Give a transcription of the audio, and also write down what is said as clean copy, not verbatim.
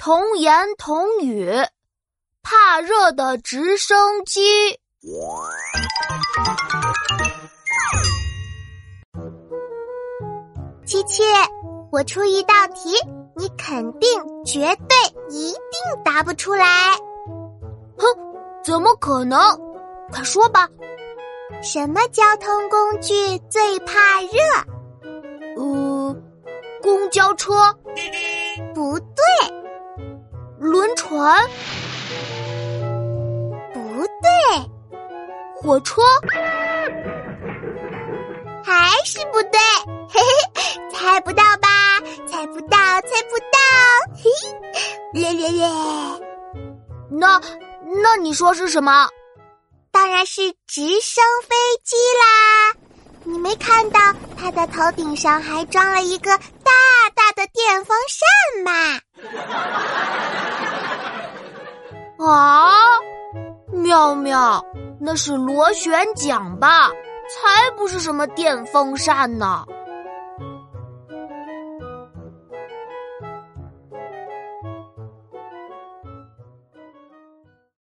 童言童语，怕热的直升机。 七七，我出一道题，你肯定、绝对、一定答不出来。 哼，怎么可能？快说吧。 什么交通工具最怕热？ 公交车？ 不对。 轮船？ 不对。 火车？ 还是不对，嘿嘿，猜不到吧？猜不到，嘿嘿，略。 那你说是什么？ 当然是直升飞机啦！你没看到它的头顶上还装了一个大大的电风扇吗？ 啊，妙妙，那是螺旋桨吧？才不是什么电风扇呢。